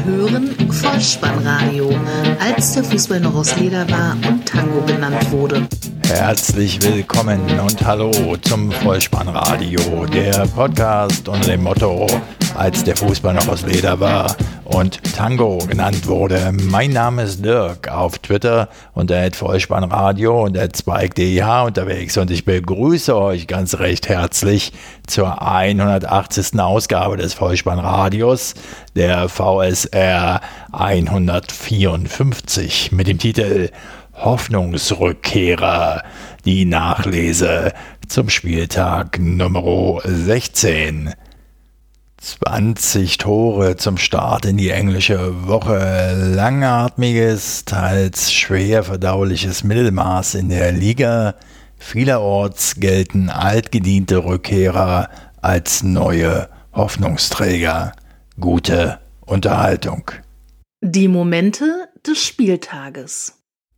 hören Vollspannradio, als der Fußball noch aus Leder war und Tango genannt wurde. Herzlich willkommen und hallo zum Vollspannradio, der Podcast unter dem Motto, als der Fußball noch aus Leder war und Tango genannt wurde. Mein Name ist Dirk, auf Twitter unter @Vollspannradio und @spike.dh unterwegs und ich begrüße euch ganz recht herzlich zur 180. Ausgabe des Vollspannradios, der VSR 154 mit dem Titel Hoffnungsrückkehrer, die Nachlese zum Spieltag Nummer 16. 20 Tore zum Start in die englische Woche, langatmiges, teils schwer verdauliches Mittelmaß in der Liga. Vielerorts gelten altgediente Rückkehrer als neue Hoffnungsträger. Gute Unterhaltung. Die Momente des Spieltages.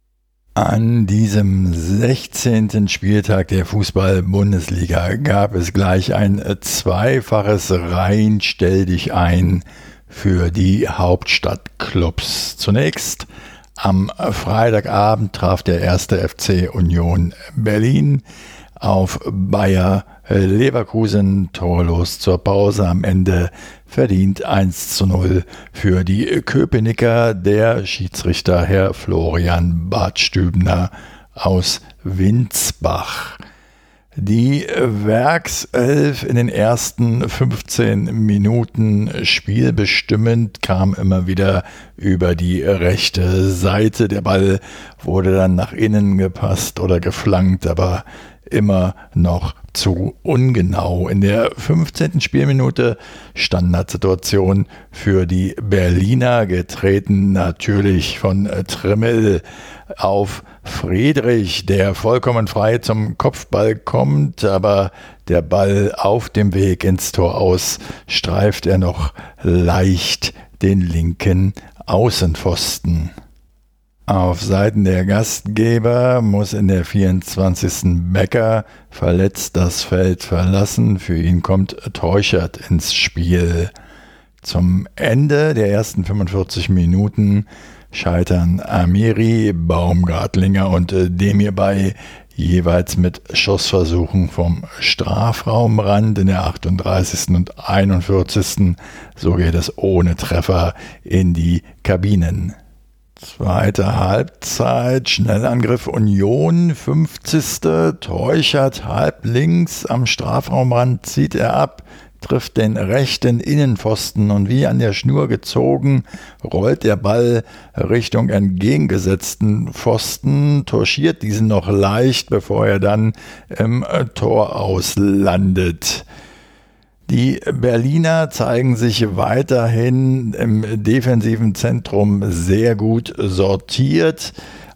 An diesem 16. Spieltag der Fußball-Bundesliga gab es gleich ein zweifaches Rein-Stell-dich-ein für die Hauptstadtclubs. Zunächst am Freitagabend traf der 1. FC Union Berlin auf Bayer Leverkusen, torlos zur Pause, am Ende verdient 1:0 für die Köpenicker, der Schiedsrichter Herr Florian Badstübner aus Winsbach. Die Werkself in den ersten 15 Minuten spielbestimmend kam immer wieder über die rechte Seite. Der Ball wurde dann nach innen gepasst oder geflankt, aber immer noch zu ungenau. In der 15. Spielminute Standardsituation für die Berliner, getreten natürlich von Trimmel auf Friedrich, der vollkommen frei zum Kopfball kommt, aber der Ball auf dem Weg ins Tor aus streift er noch leicht den linken Außenpfosten. Auf Seiten der Gastgeber muss in der 24. Becker verletzt das Feld verlassen. Für ihn kommt Teuchert ins Spiel. Zum Ende der ersten 45 Minuten scheitern Amiri, Baumgartlinger und Demirbay jeweils mit Schussversuchen vom Strafraumrand in der 38. und 41. So geht es ohne Treffer in die Kabinen. Zweite Halbzeit, Schnellangriff Union, 50. Teuchert halb links am Strafraumrand, zieht er ab, trifft den rechten Innenpfosten und wie an der Schnur gezogen, rollt der Ball Richtung entgegengesetzten Pfosten, touchiert diesen noch leicht, bevor er dann im Tor auslandet. Die Berliner zeigen sich weiterhin im defensiven Zentrum sehr gut sortiert.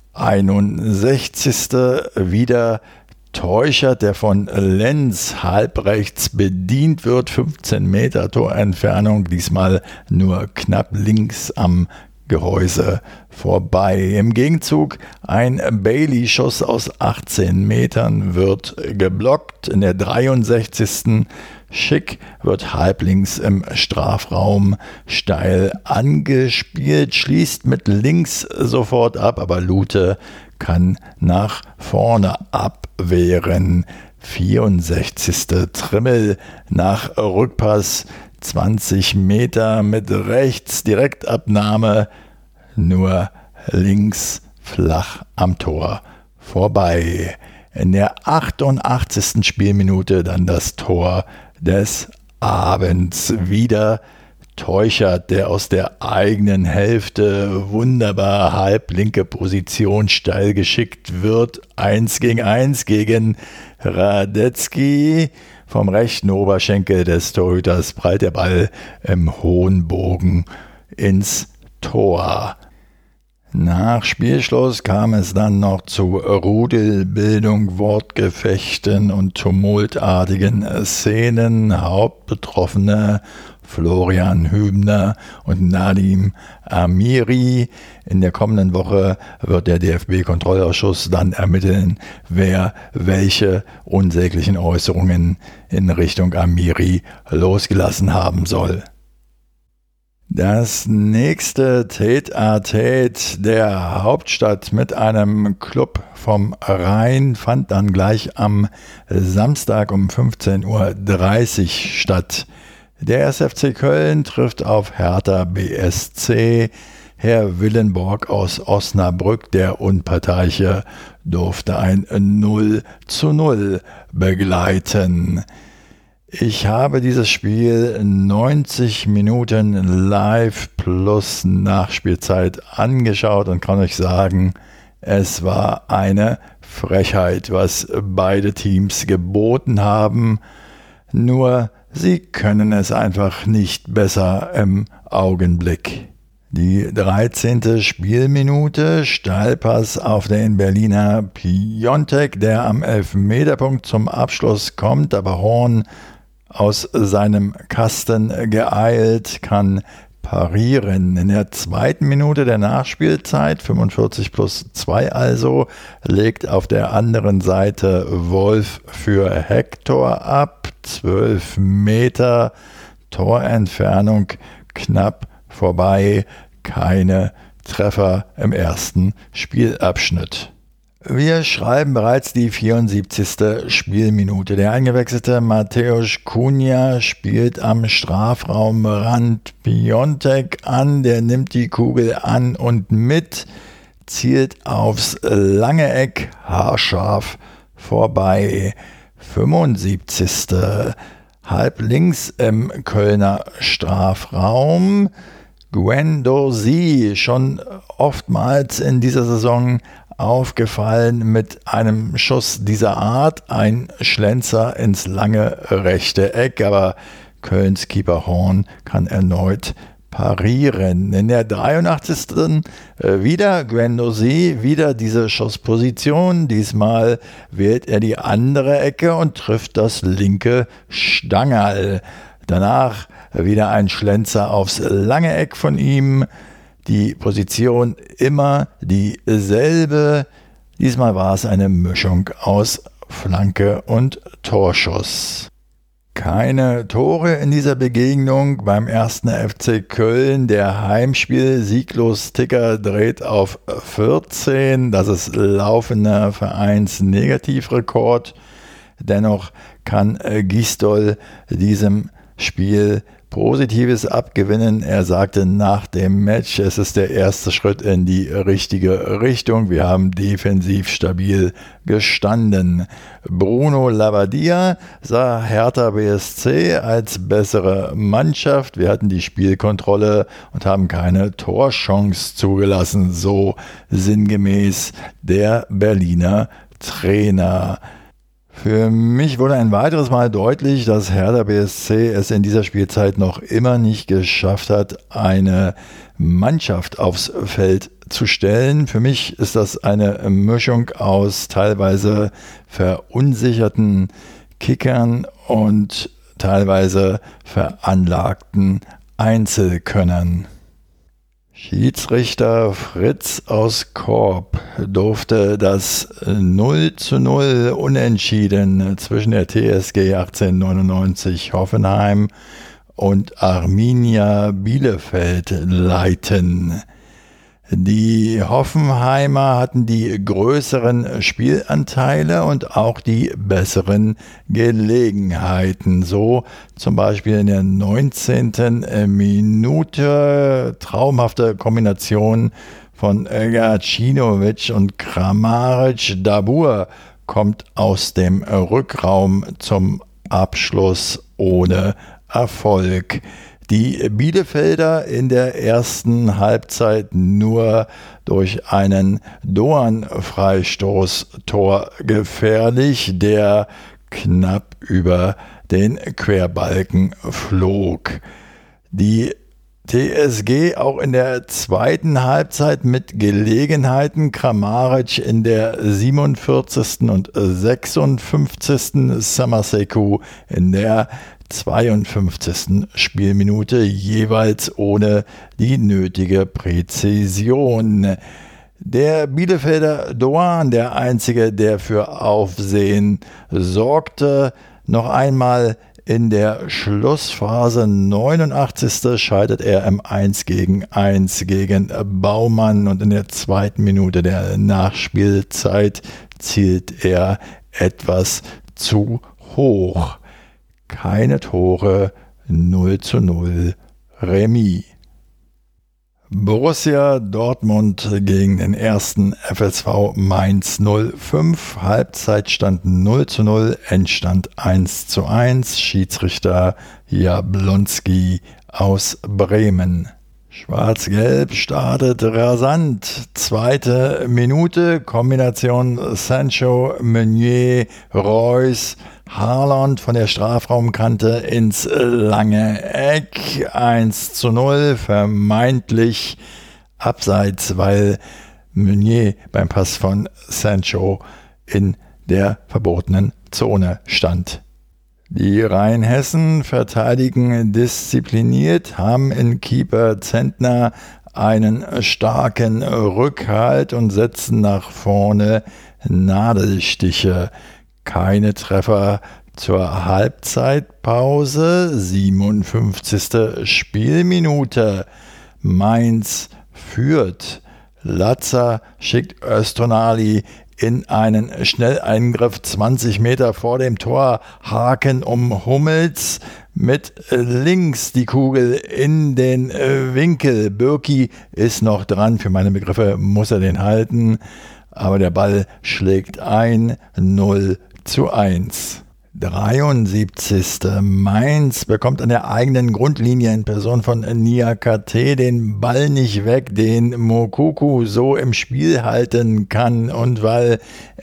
61. wieder Teuchert, der von Lenz halbrechts bedient wird. 15 Meter Torentfernung, diesmal nur knapp links am Gehäuse vorbei. Im Gegenzug ein Bailey-Schuss aus 18 Metern wird geblockt. In der 63. Schick wird halblinks im Strafraum steil angespielt, schließt mit links sofort ab, aber Lute kann nach vorne abwehren. 64. Trimmel nach Rückpass 20 Meter mit rechts Direktabnahme, nur links flach am Tor vorbei. In der 88. Spielminute dann das Tor des Abends. Wieder Teuchert, der aus der eigenen Hälfte wunderbar halblinke Position steil geschickt wird. 1:1 gegen Radetzky. Vom rechten Oberschenkel des Torhüters prallt der Ball im hohen Bogen ins Tor. Nach Spielschluss kam es dann noch zu Rudelbildung, Wortgefechten und tumultartigen Szenen. Hauptbetroffene Florian Hübner und Nadim Amiri. In der kommenden Woche wird der DFB-Kontrollausschuss dann ermitteln, wer welche unsäglichen Äußerungen in Richtung Amiri losgelassen haben soll. Das nächste Tête-à-Tête der Hauptstadt mit einem Club vom Rhein fand dann gleich am Samstag um 15:30 Uhr statt. Der 1. FC Köln trifft auf Hertha BSC. Herr Willenborg aus Osnabrück, der Unparteiische, durfte ein 0:0 begleiten. Ich habe dieses Spiel 90 Minuten live plus Nachspielzeit angeschaut und kann euch sagen, es war eine Frechheit, was beide Teams geboten haben. Nur sie können es einfach nicht besser im Augenblick. Die 13. Spielminute, Steilpass auf den Berliner Piontek, der am Elfmeterpunkt zum Abschluss kommt, aber Horn aus seinem Kasten geeilt, kann parieren. In der 2. Minute der Nachspielzeit, 45+2 also, legt auf der anderen Seite Wolf für Hector ab. 12 Meter, Torentfernung knapp vorbei, keine Treffer im ersten Spielabschnitt. Wir schreiben bereits die 74. Spielminute. Der eingewechselte Mateusz Cunha spielt am Strafraumrand Piontek an. Der nimmt die Kugel an und mit, zielt aufs lange Eck, haarscharf vorbei. 75. Halb links im Kölner Strafraum. Guendouzi, schon oftmals in dieser Saison aufgefallen mit einem Schuss dieser Art, ein Schlenzer ins lange rechte Eck, aber Kölns Keeper Horn kann erneut parieren. In der 83. Wieder Guendouzi, wieder diese Schussposition, diesmal wählt er die andere Ecke und trifft das linke Stangerl. Danach wieder ein Schlenzer aufs lange Eck von ihm. Die Position immer dieselbe. Diesmal war es eine Mischung aus Flanke und Torschuss. Keine Tore in dieser Begegnung beim 1. FC Köln. Der Heimspiel-Sieglos-Ticker dreht auf 14. Das ist laufender Vereinsnegativrekord. Dennoch kann Gisdol diesem Spiel Positives abgewinnen. Er sagte nach dem Match, es ist der erste Schritt in die richtige Richtung. Wir haben defensiv stabil gestanden. Bruno Labbadia sah Hertha BSC als bessere Mannschaft. Wir hatten die Spielkontrolle und haben keine Torchance zugelassen. So sinngemäß der Berliner Trainer. Für mich wurde ein weiteres Mal deutlich, dass Hertha BSC es in dieser Spielzeit noch immer nicht geschafft hat, eine Mannschaft aufs Feld zu stellen. Für mich ist das eine Mischung aus teilweise verunsicherten Kickern und teilweise veranlagten Einzelkönnern. Schiedsrichter Fritz aus Korb durfte das 0:0 Unentschieden zwischen der TSG 1899 Hoffenheim und Arminia Bielefeld leiten. Die Hoffenheimer hatten die größeren Spielanteile und auch die besseren Gelegenheiten. So zum Beispiel in der 19. Minute traumhafte Kombination von Gacinovic und Kramaric. Dabur kommt aus dem Rückraum zum Abschluss ohne Erfolg. Die Bielefelder in der ersten Halbzeit nur durch einen Doan-Freistoß torgefährlich, der knapp über den Querbalken flog. Die TSG auch in der zweiten Halbzeit mit Gelegenheiten, Kramaric in der 47. und 56. Samaseku in der 52. Spielminute, jeweils ohne die nötige Präzision. Der Bielefelder Doan, der einzige, der für Aufsehen sorgte, noch einmal In der Schlussphase 89. scheitert er im 1:1 gegen Baumann und in der 2. Minute der Nachspielzeit zielt er etwas zu hoch. Keine Tore, 0:0 Remis. Borussia Dortmund gegen den 1. FSV Mainz 05, Halbzeitstand 0:0, Endstand 1:1, Schiedsrichter Jablonski aus Bremen. Schwarz-Gelb startet rasant, 2. Minute, Kombination Sancho, Meunier, Reus, Haaland von der Strafraumkante ins lange Eck, 1:0, vermeintlich abseits, weil Meunier beim Pass von Sancho in der verbotenen Zone stand. Die Rheinhessen verteidigen diszipliniert, haben in Keeper Zentner einen starken Rückhalt und setzen nach vorne Nadelstiche. Keine Treffer zur Halbzeitpause, 57. Spielminute. Mainz führt. Latzer schickt Öztunali in einen Schnelleingriff 20 Meter vor dem Tor, Haken um Hummels, mit links die Kugel in den Winkel. Bürki ist noch dran, für meine Begriffe muss er den halten, aber der Ball schlägt ein, 0:1. 73. Mainz bekommt an der eigenen Grundlinie in Person von Niakate den Ball nicht weg, den Moukoko so im Spiel halten kann, und weil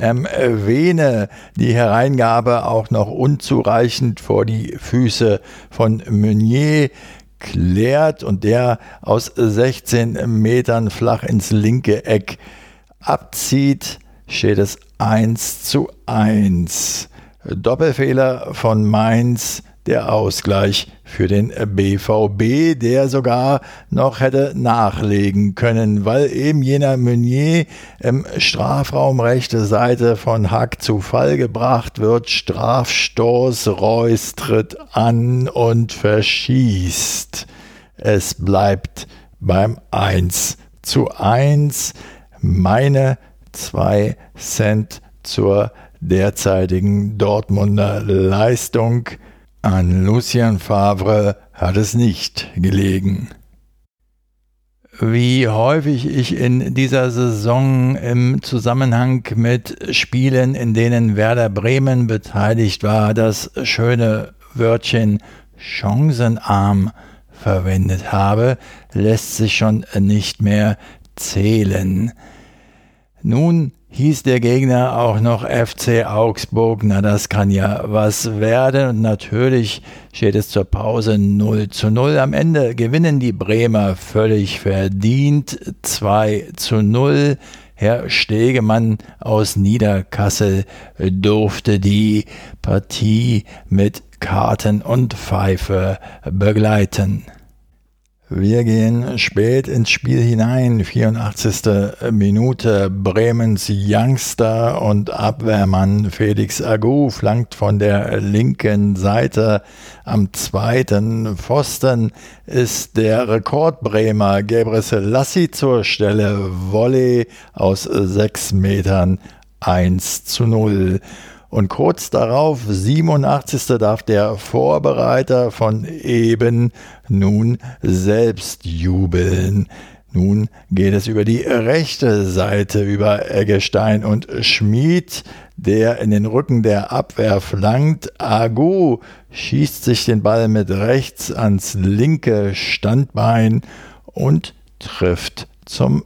Vene die Hereingabe auch noch unzureichend vor die Füße von Meunier klärt und der aus 16 Metern flach ins linke Eck abzieht, steht es 1:1. Doppelfehler von Mainz, der Ausgleich für den BVB, der sogar noch hätte nachlegen können, weil eben jener Meunier im Strafraum rechte Seite von Hack zu Fall gebracht wird. Strafstoß, Reus tritt an und verschießt. Es bleibt beim 1:1. Meine 2 Cent zur derzeitigen Dortmunder Leistung. An Lucien Favre hat es nicht gelegen. Wie häufig ich in dieser Saison im Zusammenhang mit Spielen, in denen Werder Bremen beteiligt war, das schöne Wörtchen chancenarm verwendet habe, lässt sich schon nicht mehr zählen. Nun hieß der Gegner auch noch FC Augsburg, na das kann ja was werden, und natürlich steht es zur Pause 0:0. Am Ende gewinnen die Bremer völlig verdient 2:0. Herr Stegemann aus Niederkassel durfte die Partie mit Karten und Pfeife begleiten. Wir gehen spät ins Spiel hinein, 84. Minute, Bremens Youngster und Abwehrmann Felix Agu flankt von der linken Seite. Am 2. Pfosten ist der Rekordbremer Gebre Selassie zur Stelle, Volley aus 6 Metern, 1:0. Und kurz darauf, 87. darf der Vorbereiter von eben nun selbst jubeln. Nun geht es über die rechte Seite, über Eggestein und Schmid, der in den Rücken der Abwehr flankt. Agu schießt sich den Ball mit rechts ans linke Standbein und trifft zum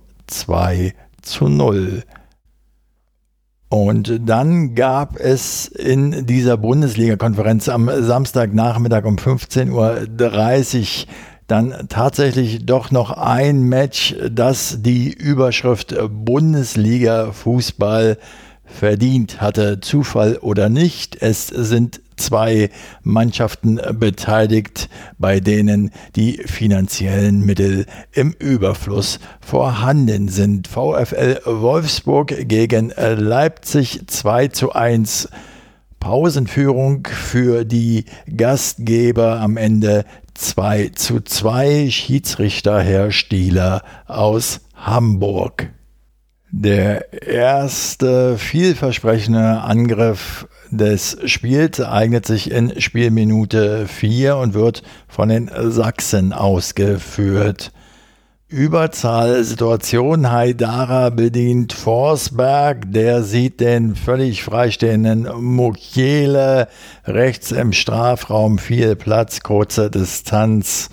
2:0. Und dann gab es in dieser Bundesliga-Konferenz am Samstagnachmittag um 15:30 Uhr dann tatsächlich doch noch ein Match, das die Überschrift Bundesliga-Fußball verdient hatte. Zufall oder nicht, es sind 2 Mannschaften beteiligt, bei denen die finanziellen Mittel im Überfluss vorhanden sind. VfL Wolfsburg gegen Leipzig 2:1. Pausenführung für die Gastgeber am Ende 2:2, Schiedsrichter Herr Stieler aus Hamburg. Der erste vielversprechende Angriff des Spiels eignet sich in Spielminute 4 und wird von den Sachsen ausgeführt. Überzahlsituation, Haidara bedient Forsberg, der sieht den völlig freistehenden Mukiele rechts im Strafraum, viel Platz, kurze Distanz,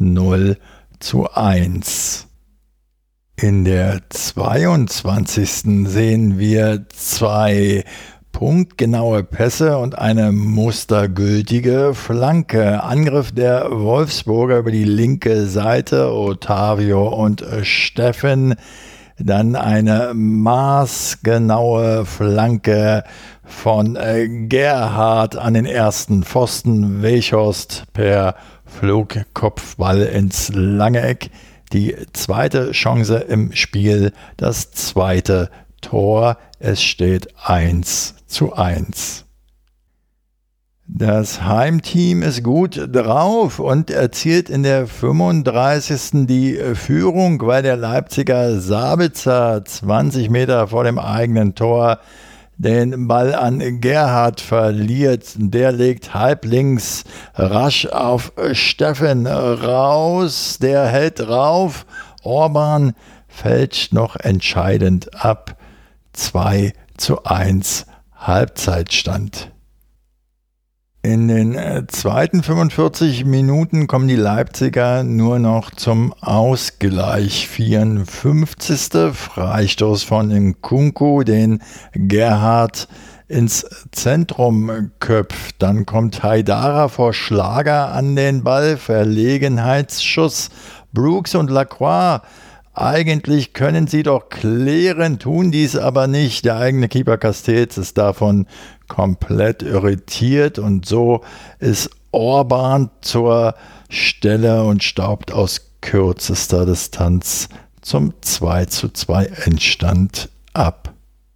0:1. In der 22. sehen wir 2 punktgenaue Pässe und eine mustergültige Flanke. Angriff der Wolfsburger über die linke Seite, Otavio und Steffen. Dann eine maßgenaue Flanke von Gerhard an den ersten Pfosten. Weghorst per Flugkopfball ins lange Eck. Die zweite Chance im Spiel, das zweite Tor. Es steht 1:1. Das Heimteam ist gut drauf und erzielt in der 35. die Führung, weil der Leipziger Sabitzer 20 Meter vor dem eigenen Tor den Ball an Gerhard verliert. Der legt halblinks rasch auf Steffen raus. Der hält drauf. Orban fälscht noch entscheidend ab. 2:1 Halbzeitstand. In den zweiten 45 Minuten kommen die Leipziger nur noch zum Ausgleich. 54. Freistoß von Nkunku, den Gerhard ins Zentrum köpft. Dann kommt Haidara vor Schlager an den Ball, Verlegenheitsschuss. Brooks und Lacroix, eigentlich können sie doch klären, tun dies aber nicht. Der eigene Keeper Castells ist davon komplett irritiert und so ist Orban zur Stelle und staubt aus kürzester Distanz zum 2:2 Endstand ab.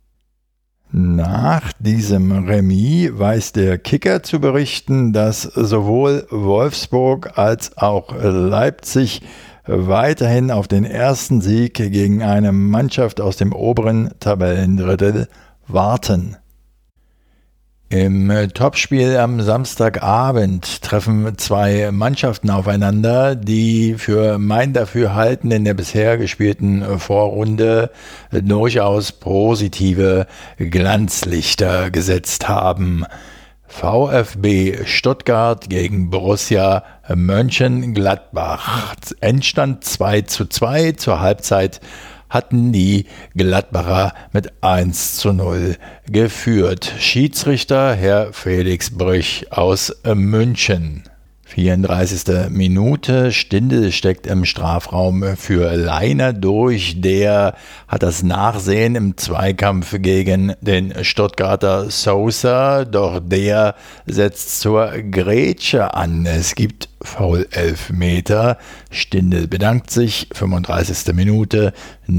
Nach diesem Remis weiß der Kicker zu berichten, dass sowohl Wolfsburg als auch Leipzig weiterhin auf den ersten Sieg gegen eine Mannschaft aus dem oberen Tabellendrittel warten. Im Topspiel am Samstagabend treffen 2 Mannschaften aufeinander, die für mein Dafürhalten in der bisher gespielten Vorrunde durchaus positive Glanzlichter gesetzt haben. VfB Stuttgart gegen Borussia Mönchengladbach. Endstand 2:2. Zur Halbzeit hatten die Gladbacher mit 1:0 geführt. Schiedsrichter Herr Felix Brüch aus München. 34. Minute, Stindl steckt im Strafraum für Leiner durch. Der hat das Nachsehen im Zweikampf gegen den Stuttgarter Sousa, doch der setzt zur Grätsche an. Es gibt Foul-Elfmeter. Stindl bedankt sich, 35. Minute,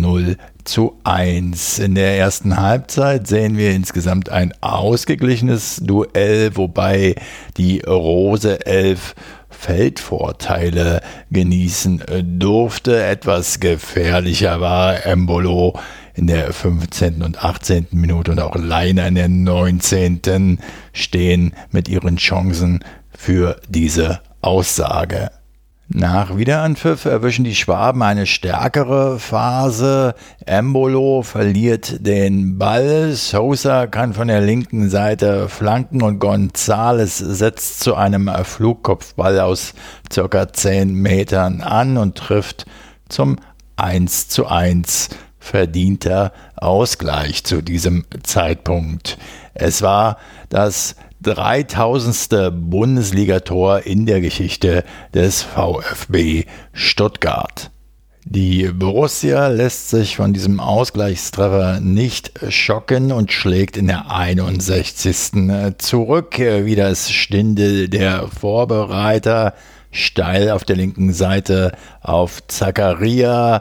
0:1. In der ersten Halbzeit sehen wir insgesamt ein ausgeglichenes Duell, wobei die Rose 11 Feldvorteile genießen durfte. Etwas gefährlicher war Embolo in der 15. und 18. Minute und auch Leiner in der 19. stehen mit ihren Chancen für diese Aussage. Nach Wiederanpfiff erwischen die Schwaben eine stärkere Phase. Embolo verliert den Ball. Sousa kann von der linken Seite flanken und González setzt zu einem Flugkopfball aus ca. 10 Metern an und trifft zum 1:1. Verdienter Ausgleich zu diesem Zeitpunkt. Es war das 3000. Bundesligator in der Geschichte des VfB Stuttgart. Die Borussia lässt sich von diesem Ausgleichstreffer nicht schocken und schlägt in der 61. zurück. Wieder ist Stindl der Vorbereiter, steil auf der linken Seite auf Zakaria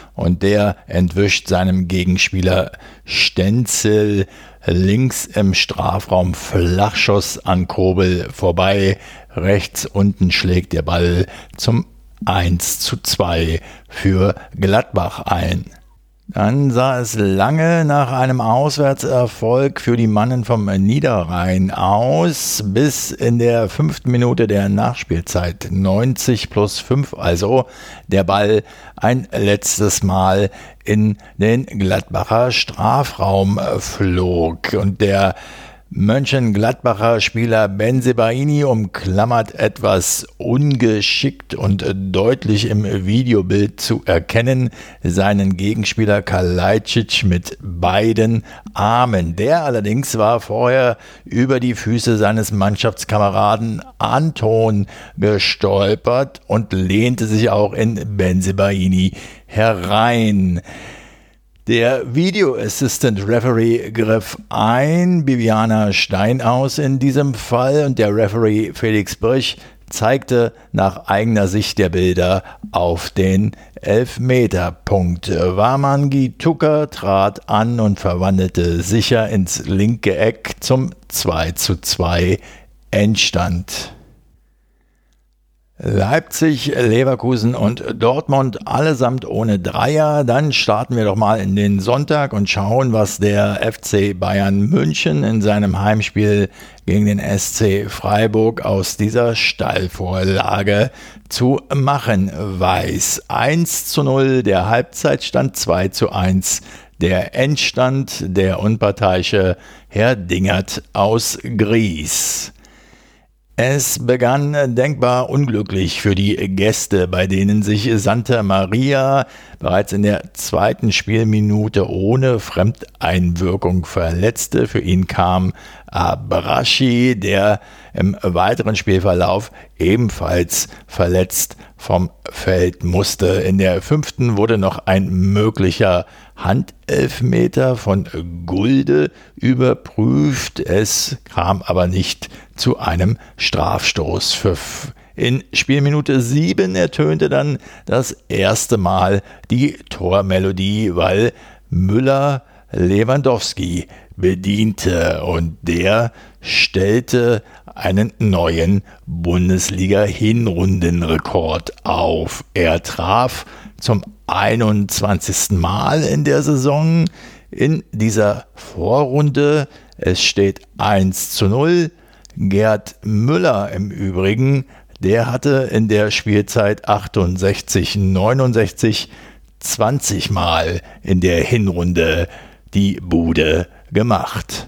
und der entwischt seinem Gegenspieler Stenzel links im Strafraum Flachschuss an Kobel vorbei. Rechts unten schlägt der Ball zum 1:2 für Gladbach ein. Dann sah es lange nach einem Auswärtserfolg für die Mannen vom Niederrhein aus, bis in der 5. Minute der Nachspielzeit, 90+5 also, der Ball ein letztes Mal in den Gladbacher Strafraum flog und der Mönchengladbacher Spieler Bensebaini umklammert etwas ungeschickt und deutlich im Videobild zu erkennen seinen Gegenspieler Kalajdzic mit beiden Armen. Der allerdings war vorher über die Füße seines Mannschaftskameraden Anton gestolpert und lehnte sich auch in Bensebaini herein. Der Video Assistant Referee griff ein, Bibiana Steinaus in diesem Fall, und der Referee Felix Brich zeigte nach eigener Sicht der Bilder auf den Elfmeterpunkt. Wamangi Tucker trat an und verwandelte sicher ins linke Eck zum 2:2 Endstand. Leipzig, Leverkusen und Dortmund allesamt ohne Dreier. Dann starten wir doch mal in den Sonntag und schauen, was der FC Bayern München in seinem Heimspiel gegen den SC Freiburg aus dieser Stallvorlage zu machen weiß. 1:0 der Halbzeitstand, 2:1 der Endstand. Der unparteiische Herr Dingert aus Gries. Es begann denkbar unglücklich für die Gäste, bei denen sich Santa Maria bereits in der 2. Spielminute ohne Fremdeinwirkung verletzte. Für ihn kam Abraschi, der im weiteren Spielverlauf ebenfalls verletzt vom Feld musste. In der 5. wurde noch ein möglicher Handelfmeter von Gulde überprüft. Es kam aber nicht zu einem Strafstoß. In Spielminute 7 ertönte dann das erste Mal die Tormelodie, weil Müller Lewandowski bediente und der stellte einen neuen Bundesliga-Hinrundenrekord auf. Er traf zum 21. Mal in der Saison in dieser Vorrunde. Es steht 1:0. Gerd Müller im Übrigen, der hatte in der Spielzeit 68/69 20 Mal in der Hinrunde die Bude gemacht.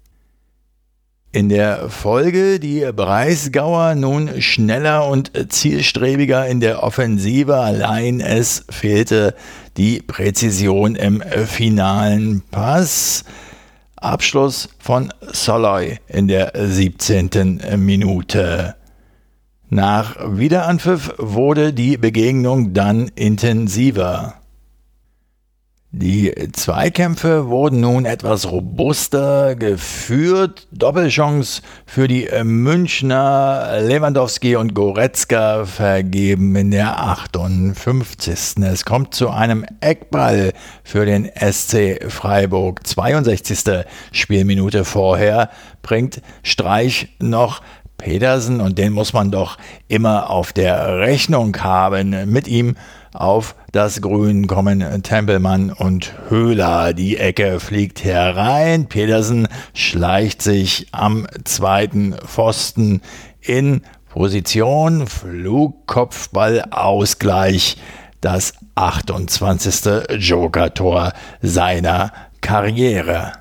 In der Folge die Breisgauer nun schneller und zielstrebiger in der Offensive, allein es fehlte die Präzision im finalen Pass. Abschluss von Soloy in der 17. Minute. Nach Wiederanpfiff wurde die Begegnung dann intensiver. Die Zweikämpfe wurden nun etwas robuster geführt. Doppelchance für die Münchner. Lewandowski und Goretzka vergeben in der 58. Es kommt zu einem Eckball für den SC Freiburg. 62. Spielminute vorher bringt Streich noch Pedersen, und den muss man doch immer auf der Rechnung haben. Mit ihm auf das Grün kommen Tempelmann und Höhler. Die Ecke fliegt herein. Pedersen schleicht sich am zweiten Pfosten in Position. Flugkopfball, Ausgleich. Das 28. Joker-Tor seiner Karriere.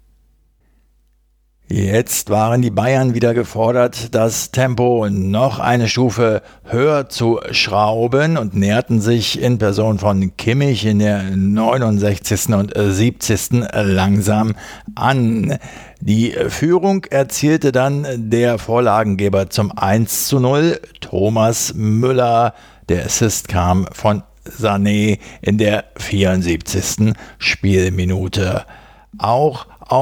Jetzt waren die Bayern wieder gefordert, das Tempo noch eine Stufe höher zu schrauben und näherten sich in Person von Kimmich in der 69. und 70. langsam an. Die Führung erzielte dann der Vorlagengeber zum 1:0, Thomas Müller. Der Assist kam von Sané in der 74. Spielminute. Auch auf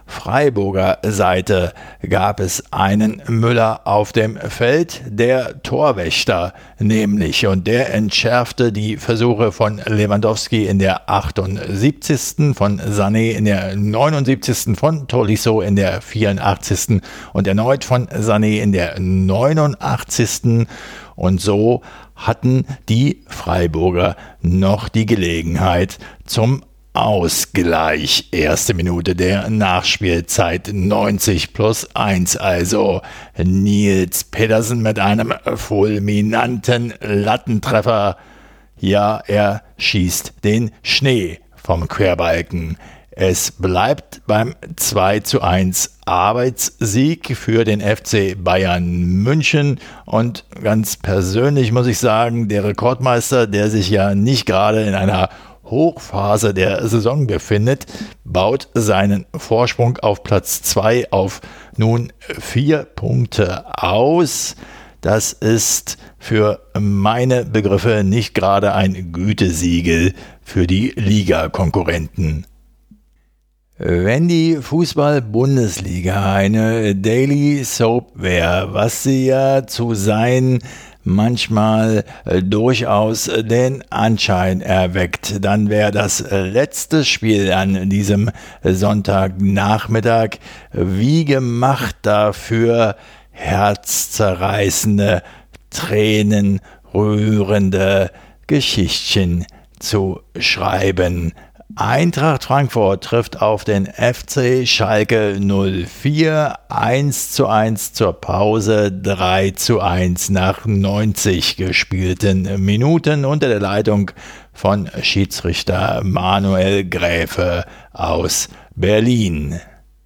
Freiburger Seite gab es einen Müller auf dem Feld, der Torwächter nämlich, und der entschärfte die Versuche von Lewandowski in der 78., von Sané in der 79., von Tolisso in der 84. und erneut von Sané in der 89. Und so hatten die Freiburger noch die Gelegenheit zum Ausgleich. Erste Minute der Nachspielzeit, 90+1 also. Niels Pedersen mit einem fulminanten Lattentreffer. Ja, er schießt den Schnee vom Querbalken. Es bleibt beim 2:1 Arbeitssieg für den FC Bayern München, und ganz persönlich muss ich sagen, der Rekordmeister, der sich ja nicht gerade in einer Hochphase der Saison befindet, baut seinen Vorsprung auf Platz 2 auf nun 4 Punkte aus. Das ist für meine Begriffe nicht gerade ein Gütesiegel für die Ligakonkurrenten. Wenn die Fußball-Bundesliga eine Daily Soap wäre, was sie ja zu sein manchmal durchaus den Anschein erweckt, dann wäre das letzte Spiel an diesem Sonntagnachmittag wie gemacht dafür, herzzerreißende, tränenrührende Geschichtchen zu schreiben. Eintracht Frankfurt trifft auf den FC Schalke 04, 1:1 zur Pause, 3:1 nach 90 gespielten Minuten unter der Leitung von Schiedsrichter Manuel Gräfe aus Berlin.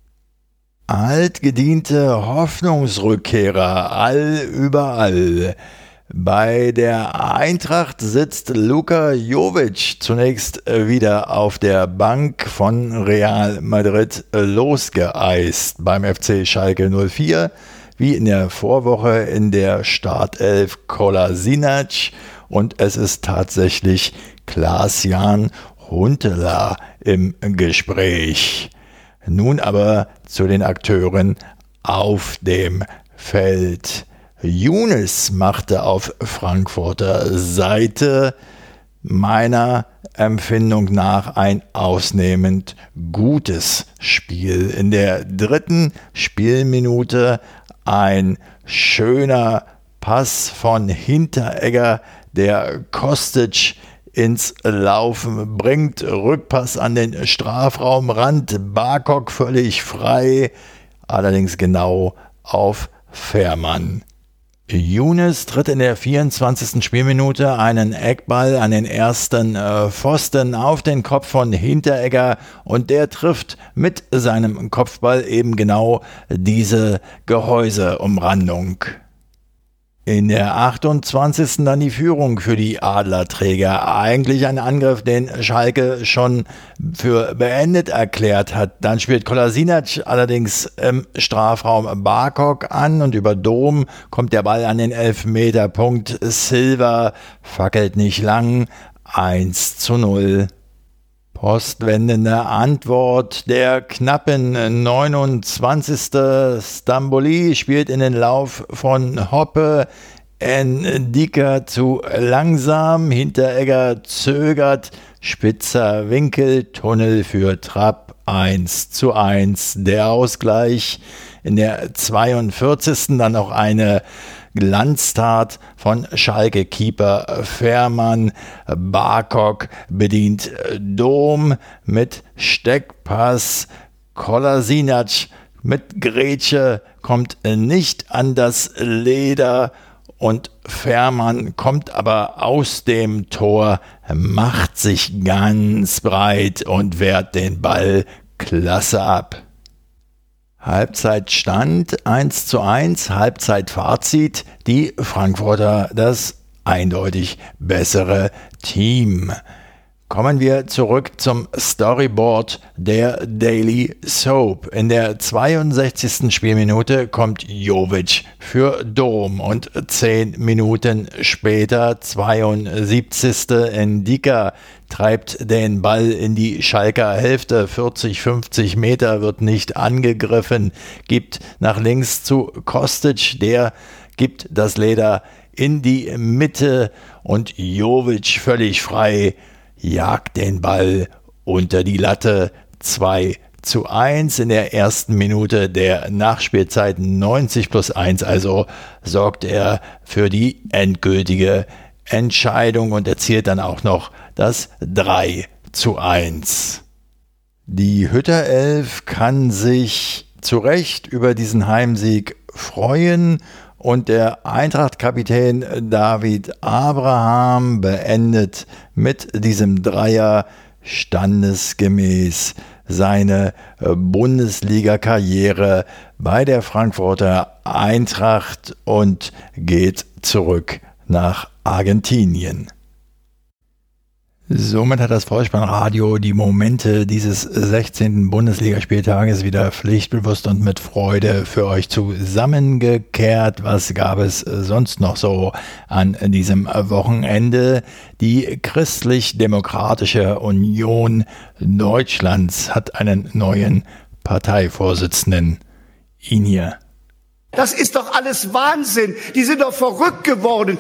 Altgediente Hoffnungsrückkehrer allüberall. Bei der Eintracht sitzt Luka Jovic zunächst wieder auf der Bank, von Real Madrid losgeeist. Beim FC Schalke 04, wie in der Vorwoche, in der Startelf Kolasinac, und es ist tatsächlich Klaas-Jan Huntelaar im Gespräch. Nun aber zu den Akteuren auf dem Feld. Younes machte auf Frankfurter Seite meiner Empfindung nach ein ausnehmend gutes Spiel. In der 3. Spielminute ein schöner Pass von Hinteregger, der Kostic ins Laufen bringt. Rückpass an den Strafraumrand, Barkok völlig frei, allerdings genau auf Fährmann. Younes tritt in der 24. Spielminute einen Eckball an den ersten Pfosten auf den Kopf von Hinteregger, und der trifft mit seinem Kopfball eben genau diese Gehäuseumrandung. In der 28. dann die Führung für die Adlerträger. Eigentlich ein Angriff, den Schalke schon für beendet erklärt hat. Dann spielt Kolasinac allerdings im Strafraum Barkok an, und über Dom kommt der Ball an den Elfmeterpunkt. Silva fackelt nicht lang. 1:0. Postwendende Antwort der knappen 29. Stamboli spielt in den Lauf von Hoppe. Ndika zu langsam. Hinteregger zögert. Spitzer Winkel. Tunnel für Trapp. 1:1. Der Ausgleich. In der 42. dann noch eine Glanztat von Schalke-Keeper Fährmann. Barkok bedient Dom mit Steckpass. Kolasinac mit Grätsche kommt nicht an das Leder, und Fährmann kommt aber aus dem Tor, macht sich ganz breit und wehrt den Ball klasse ab. Halbzeitstand 1:1, Halbzeitfazit, die Frankfurter das eindeutig bessere Team. Kommen wir zurück zum Storyboard der Daily Soap. In der 62. Spielminute kommt Jovic für Dom und 10 Minuten später, 72. Ndika treibt den Ball in die Schalker Hälfte, 40-50 Meter, wird nicht angegriffen, gibt nach links zu Kostic, der gibt das Leder in die Mitte und Jovic völlig frei jagt den Ball unter die Latte. 2:1 in der ersten Minute der Nachspielzeit, 90+1, also sorgt er für die endgültige Entscheidung und erzielt dann auch noch das 3:1. Die Hütterelf kann sich zu Recht über diesen Heimsieg freuen. Und der Eintracht-Kapitän David Abraham beendet mit diesem Dreier standesgemäß seine Bundesliga-Karriere bei der Frankfurter Eintracht und geht zurück nach Argentinien. Somit hat das Vollspannradio die Momente dieses 16. Bundesligaspieltages wieder pflichtbewusst und mit Freude für euch zusammengekehrt. Was gab es sonst noch so an diesem Wochenende? Die Christlich-Demokratische Union Deutschlands hat einen neuen Parteivorsitzenden. Ihn hier. Das ist doch alles Wahnsinn. Die sind doch verrückt geworden.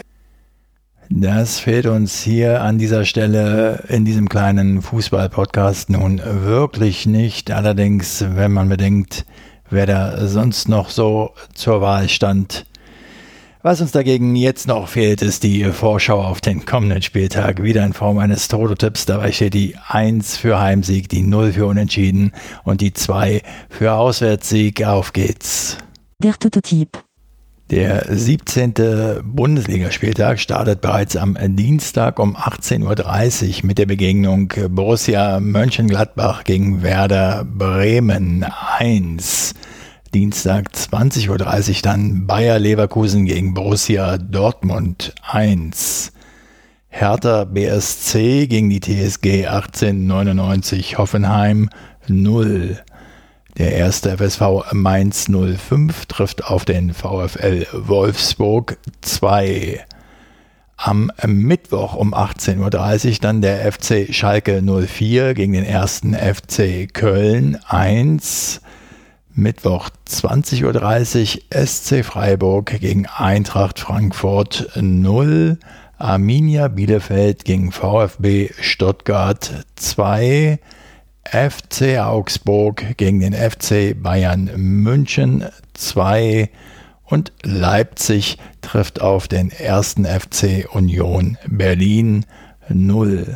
Das fehlt uns hier an dieser Stelle in diesem kleinen Fußball-Podcast nun wirklich nicht. Allerdings, wenn man bedenkt, wer da sonst noch so zur Wahl stand. Was uns dagegen jetzt noch fehlt, ist die Vorschau auf den kommenden Spieltag. Wieder in Form eines Toto-Tipps. Dabei steht die 1 für Heimsieg, die 0 für Unentschieden und die 2 für Auswärtssieg. Auf geht's. Der Toto-Tipp. Der 17. Bundesligaspieltag startet bereits am Dienstag um 18:30 Uhr mit der Begegnung Borussia Mönchengladbach gegen Werder Bremen 1. Dienstag 20:30 Uhr dann Bayer Leverkusen gegen Borussia Dortmund 1. Hertha BSC gegen die TSG 1899 Hoffenheim 0. Der erste FSV Mainz 05 trifft auf den VfL Wolfsburg 2. Am Mittwoch um 18:30 Uhr dann der FC Schalke 04 gegen den ersten FC Köln 1. Mittwoch 20:30 Uhr SC Freiburg gegen Eintracht Frankfurt 0. Arminia Bielefeld gegen VfB Stuttgart 2. FC Augsburg gegen den FC Bayern München 2 und Leipzig trifft auf den ersten FC Union Berlin 0.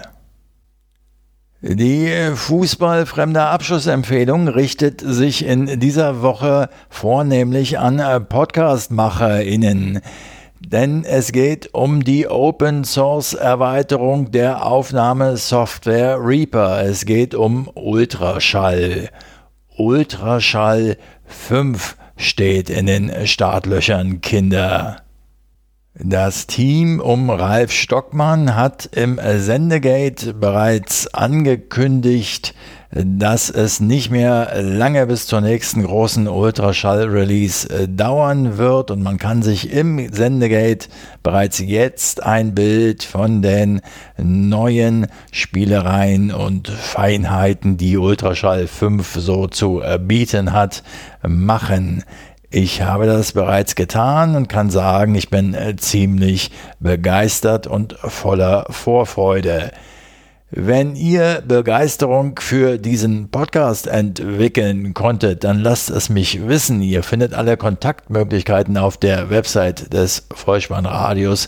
Die fußballfremde Abschlussempfehlung richtet sich in dieser Woche vornehmlich an PodcastmacherInnen. Denn es geht um die Open-Source-Erweiterung der Aufnahmesoftware Reaper. Es geht um Ultraschall. Ultraschall 5 steht in den Startlöchern, Kinder. Das Team um Ralf Stockmann hat im Sendegate bereits angekündigt, dass es nicht mehr lange bis zur nächsten großen Ultraschall-Release dauern wird und man kann sich im Sendegate bereits jetzt ein Bild von den neuen Spielereien und Feinheiten, die Ultraschall 5 so zu bieten hat, machen. Ich habe das bereits getan und kann sagen, ich bin ziemlich begeistert und voller Vorfreude. Wenn ihr Begeisterung für diesen Podcast entwickeln konntet, dann lasst es mich wissen. Ihr findet alle Kontaktmöglichkeiten auf der Website des Vollspannradios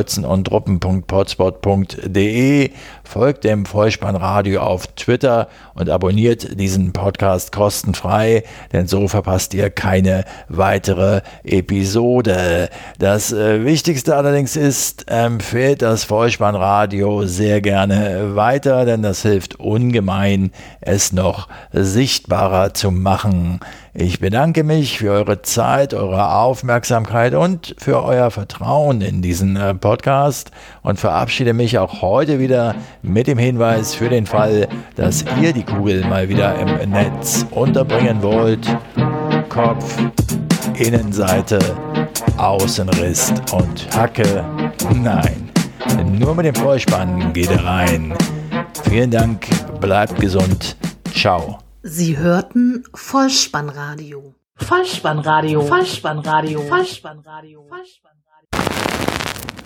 bolzenundruppen.potspot.de. Folgt dem Vollspannradio auf Twitter und abonniert diesen Podcast kostenfrei, denn so verpasst ihr keine weitere Episode. Das Wichtigste allerdings ist, empfehlt das Vollspannradio sehr gerne weiter, denn das hilft ungemein, es noch sichtbarer zu machen. Ich bedanke mich für eure Zeit, eure Aufmerksamkeit und für euer Vertrauen in diesen Podcast und verabschiede mich auch heute wieder mit dem Hinweis für den Fall, dass ihr die Kugel mal wieder im Netz unterbringen wollt. Kopf, Innenseite, Außenriss und Hacke. Nein, nur mit dem Vollspann geht er rein. Vielen Dank, bleibt gesund. Ciao. Sie hörten Vollspannradio. Vollspannradio. Vollspannradio. Vollspannradio. Vollspannradio.